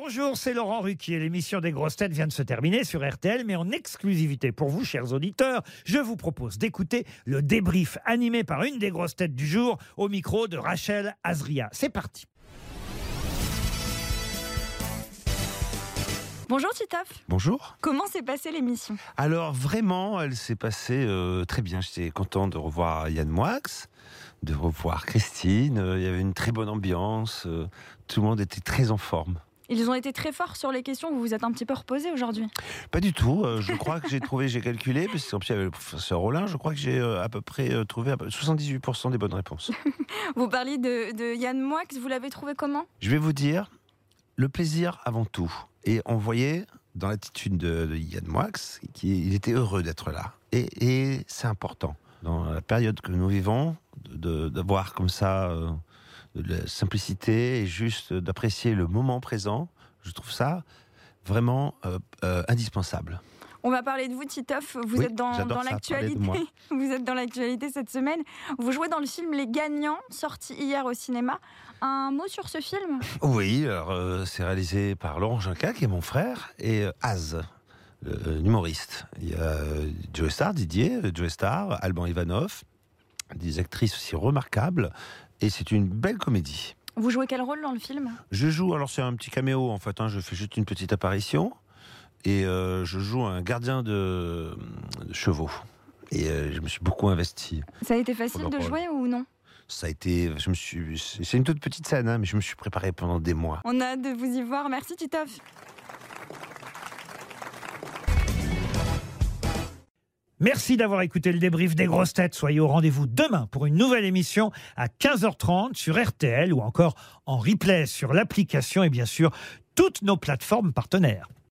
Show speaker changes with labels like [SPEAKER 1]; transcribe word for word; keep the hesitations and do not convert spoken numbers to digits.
[SPEAKER 1] Bonjour, c'est Laurent Ruquier. L'émission des grosses têtes vient de se terminer sur R T L, mais en exclusivité pour vous, chers auditeurs, je vous propose d'écouter le débrief animé par une des grosses têtes du jour au micro de Rachel Azria. C'est parti.
[SPEAKER 2] Bonjour Titoff.
[SPEAKER 3] Bonjour.
[SPEAKER 2] Comment s'est passée l'émission?
[SPEAKER 3] Alors vraiment, elle s'est passée euh, très bien. J'étais content de revoir Yann Moix, de revoir Christine. Euh, il y avait une très bonne ambiance. Euh, tout le monde était très en forme.
[SPEAKER 2] Ils ont été très forts sur les questions. Vous vous êtes un petit peu reposé aujourd'hui?
[SPEAKER 3] Pas du tout. Euh, je crois que j'ai trouvé, j'ai calculé, parce qu'en plus il y avait le professeur Rollin, je crois que j'ai euh, à peu près euh, trouvé à peu- soixante-dix-huit pour cent des bonnes réponses.
[SPEAKER 2] Vous parliez de, de Yann Moix. Vous l'avez trouvé comment?
[SPEAKER 3] Je vais vous dire, le plaisir avant tout. Et on voyait dans l'attitude de, de Yann Moix qu'il était heureux d'être là. Et, et c'est important. Dans la période que nous vivons, de- d'avoir comme ça euh, de la simplicité et juste d'apprécier le moment présent, je trouve ça vraiment euh, euh, indispensable.
[SPEAKER 2] On va parler de vous, Titoff. Vous
[SPEAKER 3] Oui,
[SPEAKER 2] êtes dans,
[SPEAKER 3] j'adore
[SPEAKER 2] dans
[SPEAKER 3] ça,
[SPEAKER 2] l'actualité.
[SPEAKER 3] parler de
[SPEAKER 2] Vous êtes dans l'actualité cette semaine. Vous jouez dans le film Les Gagnants, sorti hier au cinéma. Un mot sur ce film?
[SPEAKER 3] Oui, alors euh, c'est réalisé par Laurent Junca, qui est mon frère, et euh, Az, le- euh, l'humoriste. Il y a euh, Joe Star, Didier, euh, Joe Star, Alban Ivanov, des actrices aussi remarquables, et c'est une belle comédie.
[SPEAKER 2] Vous jouez quel rôle dans le film?
[SPEAKER 3] Je joue, alors c'est un petit caméo en fait, hein, je fais juste une petite apparition, et euh, je joue un gardien de, de chevaux. Et euh, je me suis beaucoup investi.
[SPEAKER 2] Ça a été facile
[SPEAKER 3] Pour le
[SPEAKER 2] de
[SPEAKER 3] rôle.
[SPEAKER 2] jouer ou non?
[SPEAKER 3] Ça a été, je me suis, c'est une toute petite scène, hein, mais je me suis préparé pendant des mois.
[SPEAKER 2] On a hâte de vous y voir. Merci Titoff.
[SPEAKER 1] Merci d'avoir écouté le débrief des grosses têtes. Soyez au rendez-vous demain pour une nouvelle émission à quinze heures trente sur R T L ou encore en replay sur l'application et bien sûr toutes nos plateformes partenaires.